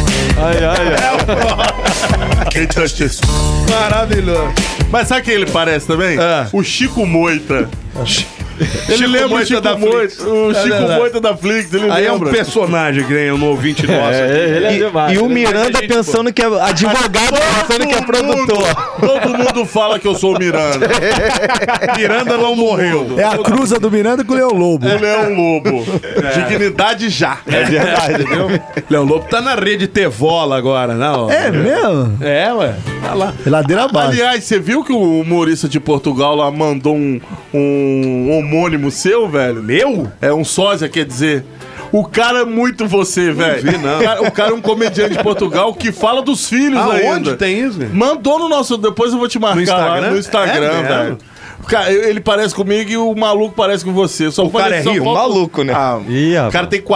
Quem touch this? Maravilhoso. Mas sabe quem ele parece também? O Chico Moita. Ele Chico lembra Moita o Chico da Moita, Flix. o Chico verdade. Moita da Flix, ele Aí lembra. é um personagem que ganha um ouvinte nosso. Ele é demais. E o Miranda pensando que é advogado, pensando que é produtor. Todo mundo fala que eu sou o Miranda. Miranda não morreu. É a cruza do Miranda com o Leão Lobo. Ele é um lobo. Dignidade já. É verdade, viu? Leão Lobo tá na rede Tevola agora, não? É mesmo? É, ué. Tá lá. Ladeira abaixo. Aliás, você viu que o humorista de Portugal lá mandou um homônimo seu, velho? Meu? É um sósia, quer dizer. O cara é muito você, velho. vi, não. O cara é um comediante de Portugal que fala dos filhos ainda. Onde tem isso, velho? Mandou no nosso... Depois eu vou te marcar No Instagram? lá no Instagram, É mesmo? velho. Cara, ele parece comigo e o maluco parece com você. Só O cara é rico? Maluco, né? O cara tem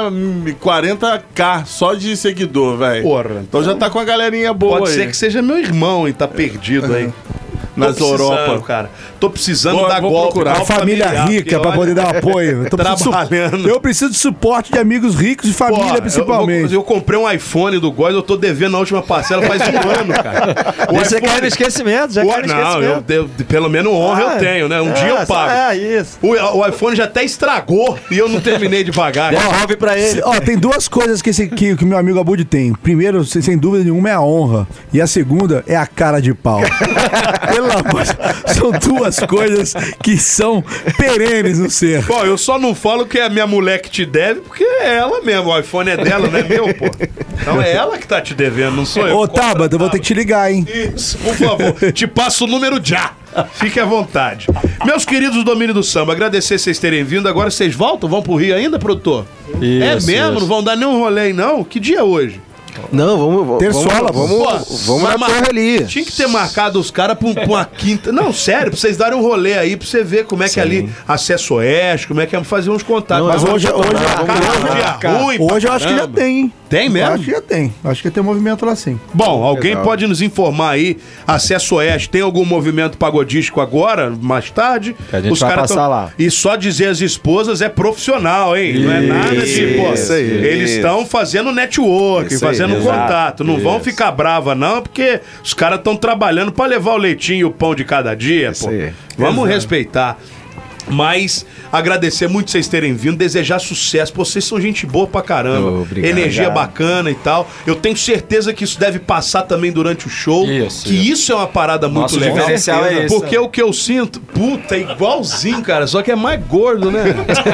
40k só de seguidor, velho. Porra. Então já tá com a galerinha boa Pode aí. ser que seja meu irmão e tá perdido aí. Nas Europa. Cara. Tô precisando Vou dar golpe. procurar. golpe A família familiar, rica pra porque, poder dar apoio. Eu preciso de suporte de amigos ricos e família, Pô, principalmente. eu comprei um iPhone do Góis, eu tô devendo a última parcela faz um ano, cara. Você quer no esquecimento, já quer no Não, esquecimento. pelo menos honra eu tenho, né? Um dia eu pago. Isso. O iPhone já até estragou e eu não terminei de pagar. Devolve pra ele. Ó, tem duas coisas que o meu amigo Abud tem. Primeiro, sem dúvida nenhuma, é a honra. E a segunda é a cara de pau. Pelo amor de Deus, são duas coisas que são perenes no ser. Bom, eu só não falo que é a minha mulher que te deve, porque é ela mesmo. O iPhone é dela, não é meu, pô. Então é ela que tá te devendo, não sou eu. Ô, Tabata, eu vou ter que te ligar, hein? Isso, por favor, te passo o número já. Fique à vontade. Meus queridos do Domínio do Samba, agradecer vocês terem vindo. Agora vocês voltam? Vão pro Rio ainda, produtor? É mesmo? Não vão dar nenhum rolê aí, não? Que dia é hoje? Não, vamos Terçola, vamos na torre ali. Tinha que ter marcado os caras pra uma quinta. Não, sério, pra vocês darem um rolê aí, pra você ver como é que é ali acesso oeste, como é que é fazer uns contatos. Não, Mas não, hoje não, dia ruim. Hoje eu acho que já tem, hein? Tem mesmo? Eu acho que já tem. Acho que tem movimento lá sim. Bom, alguém pode nos informar aí, acesso oeste, tem algum movimento pagodístico agora, mais tarde? Que a gente vai caras passar lá. E só dizer as esposas é profissional, hein? Não é nada de, pô, Isso aí. eles estão fazendo network, Isso aí, fazendo exato. contato. Não vão ficar brava não, porque os caras estão trabalhando pra levar o leitinho e o pão de cada dia, pô. aí. Vamos respeitar. Mas agradecer muito vocês terem vindo, desejar sucesso. Pô, vocês são gente boa pra caramba. Obrigado. Energia bacana e tal. Eu tenho certeza que isso deve passar também durante o show. Isso é uma parada muito Nosso legal. diferencial é esse. Porque o que eu sinto, puta, é igualzinho, cara. Só que é mais gordo, né?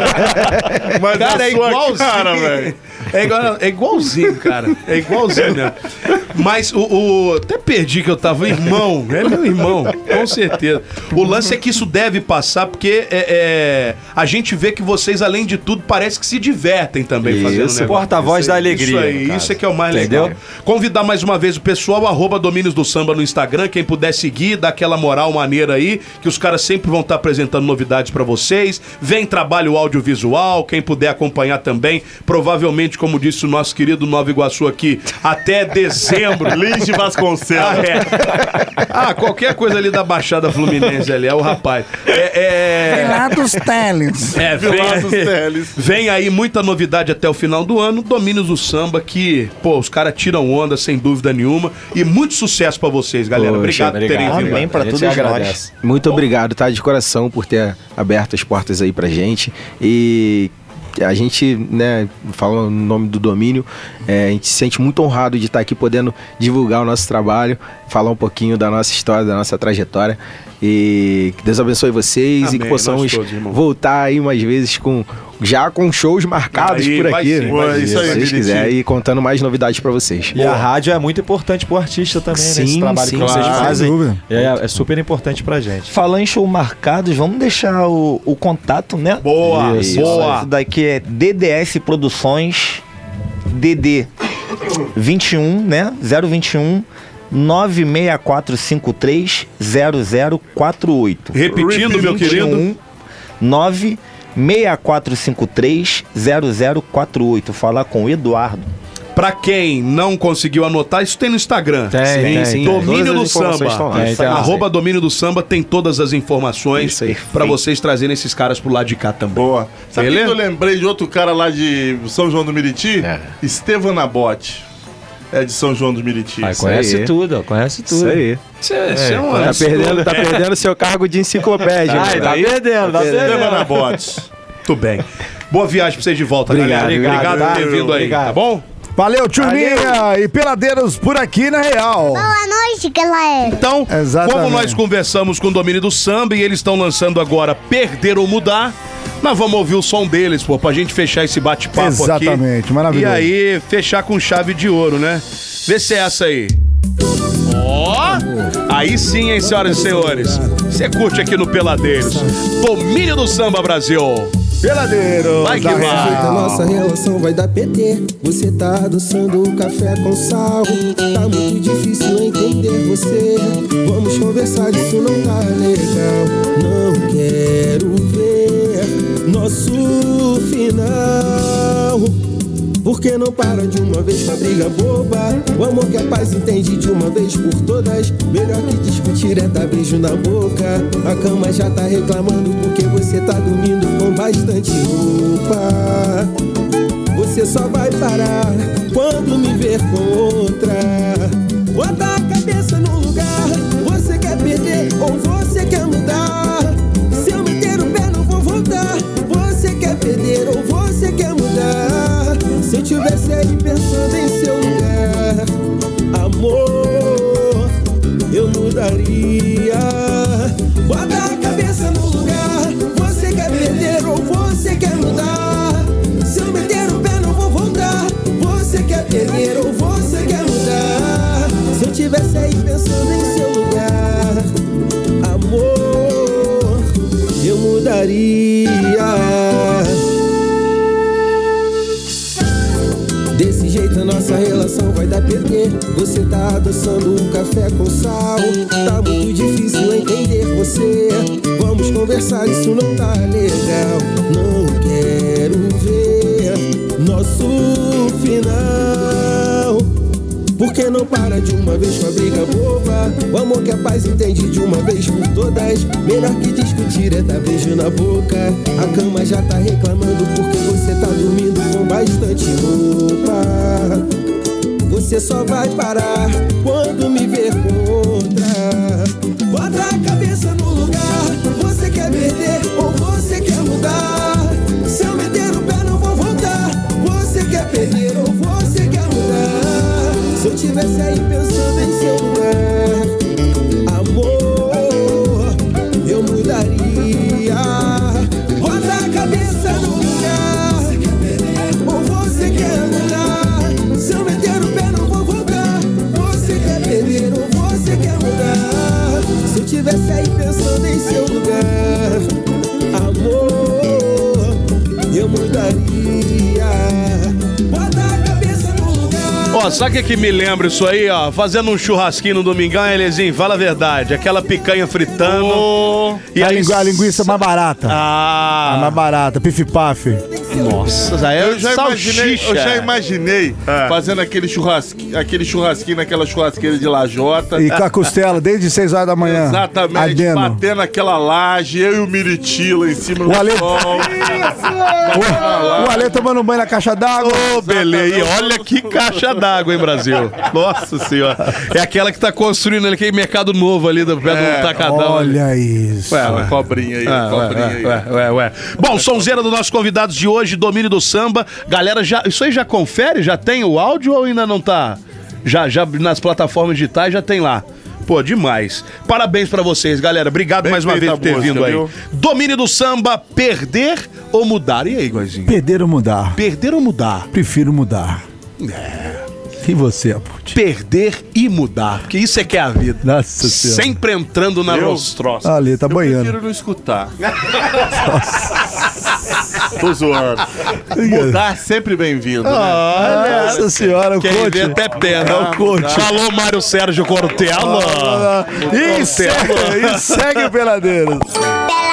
Mas Cara, a é sua igualzinho. cara, velho. É igualzinho, cara. É igualzinho mesmo. Mas até perdi que eu tava. Irmão, é meu irmão, com certeza. O lance é que isso deve passar, porque a gente vê que vocês, além de tudo, parece que se divertem também fazendo negócio. Porta-voz da alegria. Isso aí, no isso caso. é que é o mais Entendeu? legal. Convidar mais uma vez o pessoal, @Domínios do Samba no Instagram, quem puder seguir, dar aquela moral maneira aí, que os caras sempre vão estar apresentando novidades pra vocês. Vem trabalho audiovisual, quem puder acompanhar também, provavelmente, como disse o nosso querido Nova Iguaçu aqui, até dezembro lembro. Lins de Vasconcelos. Qualquer coisa ali da Baixada Fluminense ali, é o rapaz. Renatos Teles. Vilados Teles. Vem aí muita novidade até o final do ano, Domínios do Samba, que, pô, os caras tiram onda, sem dúvida nenhuma. E muito sucesso pra vocês, galera. Poxa, Obrigado por terem vindo. Amém pra todos nós. Muito obrigado, tá? De coração por ter aberto as portas aí pra gente. E a gente, né, falando no nome do Domínio, a gente se sente muito honrado de estar aqui podendo divulgar o nosso trabalho, falar um pouquinho da nossa história, da nossa trajetória. E que Deus abençoe vocês. Amém, e que possamos nós todos, irmão. voltar aí mais vezes com shows marcados Aí, por vai aqui. sim, vai sim. Isso aí, Se Deus Biriti. quiser, e contando mais novidades pra vocês. E a rádio é muito importante pro artista também, Sim, nesse trabalho sim, que vocês claro. fazem. Sem dúvida. É super importante pra gente. Falando em show marcados, vamos deixar o contato, né? Boa, Isso. boa. Isso daqui é DDS Produções, DD 21, né? 021 96453 0048. Repetindo, meu querido. 96453 0048. Falar com o Eduardo. Pra quem não conseguiu anotar, isso tem no Instagram. Sim. Domínio Todas do as informações Samba. estão lá. Então, Arroba Domínio do Samba tem todas as informações Isso aí. pra vocês trazerem esses caras pro lado de cá também. Boa. Sabe Beleza? que eu lembrei de outro cara lá de São João do Meriti? É. Estevan Nabote. É de São João do Meriti. Conhece aí. tudo, conhece tudo. Isso aí. Isso é um Tá perdendo seu cargo de enciclopédia. Ai, né? tá perdendo. Estevan Nabote. Muito bem. Boa viagem pra vocês de volta, Obrigado, galera. Obrigado por ter obrigado. vindo aí, Obrigado. tá bom? Valeu, turminha e peladeiros por aqui na Real. Boa noite, galera. Então, Exatamente. como nós conversamos com o Domínio do Samba e eles estão lançando agora Perder ou Mudar, nós vamos ouvir o som deles, pô, pra gente fechar esse bate-papo aqui. Exatamente, maravilhoso. E aí, fechar com chave de ouro, né? Vê se é essa aí. Ó! Aí sim, hein, senhoras e senhores. Você curte aqui no Peladeiros. Domínio do Samba Brasil. Peladeiro. Vai que da vai. Real. Nossa relação vai dar PT. Você tá adoçando o café com sal. Tá muito difícil entender você. Vamos conversar, isso não tá legal. Não quero ver nosso final. Por que não para de uma vez com a briga boba? O amor que a paz entende de uma vez por todas. Melhor que discutir é dar beijo na boca. A cama já tá reclamando porque você tá dormindo com bastante roupa. Você só vai parar quando me ver com outra. Bota a cabeça no lugar. Você quer perder ou você quer mudar? Se eu meter o pé não vou voltar. Você quer perder ou você quer mudar? Se eu tivesse aí pensando em seu lugar, amor, eu mudaria. Bota a cabeça no lugar. Você quer perder ou você quer mudar? Se eu meter o pé não vou voltar. Você quer perder ou você quer mudar? Se eu tivesse aí pensando em seu lugar, amor, eu mudaria. Desse jeito a nossa relação vai dar PT. Você tá adoçando um café com sal. Tá muito difícil entender você. Vamos conversar, isso não tá legal. Não quero ver nosso final. Por que não para de uma vez com a briga boba? O amor que a paz entende de uma vez por todas. Melhor que discutir é dar beijo na boca. A cama já tá reclamando porque você tá dormindo com bastante roupa. Você só vai parar quando me ver com outra. Bota a cabeça no lugar. Você quer perder ou você quer mudar? Se eu meter o pé não vou voltar. Você quer perder ou você quer mudar? Se eu tivesse aí pensando em seu lugar, amor, eu mudaria. Bota a cabeça no lugar. Ou você quer mudar? Se eu meter o pé não vou voltar. Você quer perder ou você quer mudar? Se eu tivesse aí pensando em seu lugar, amor, eu mudaria. Bota a cabeça no lugar. Ó, sabe o que me lembra isso aí, ó? Fazendo um churrasquinho no domingão, Elezinho, fala a verdade. Aquela picanha fritando. E a linguiça mais barata. A Ah, mais barata, pif-paf. Nossa, Eu já imaginei fazendo aquele churrasquinho naquela churrasqueira de lajota. E com a costela, desde 6 horas da manhã. Exatamente, ardendo. batendo aquela laje, eu e o Miritila em cima do O Ale... sol. O Ale tomando banho na caixa d'água. Ô, beleza. E olha que caixa d'água, hein, Brasil? Nossa senhora. É aquela que tá construindo aquele mercado novo ali do pé do Tacadão. Olha isso. Ué, cobrinha aí, cobrinha aí. Bom, sonzeira do nosso convidado de hoje, Domínio do Samba. Galera, isso aí já confere? Já tem o áudio ou ainda não tá? Já nas plataformas digitais já tem lá. Pô, demais. Parabéns pra vocês, galera. Obrigado mais uma vez por ter vindo aí. Domínio do Samba, perder ou mudar? E aí, Goizinho? Perder ou mudar? Perder ou mudar? Prefiro mudar. E você, Abud? Perder e mudar. Porque isso é que é a vida. Nossa Senhora. Sempre entrando na rostroça. Ali, tá Eu boiando. prefiro não escutar. Tô zoando. Mudar sempre bem-vindo. Nossa Senhora, o Quem coach. vê até pena. É o coach. Falou Mário Sérgio Cortella. E segue o Peladeiros.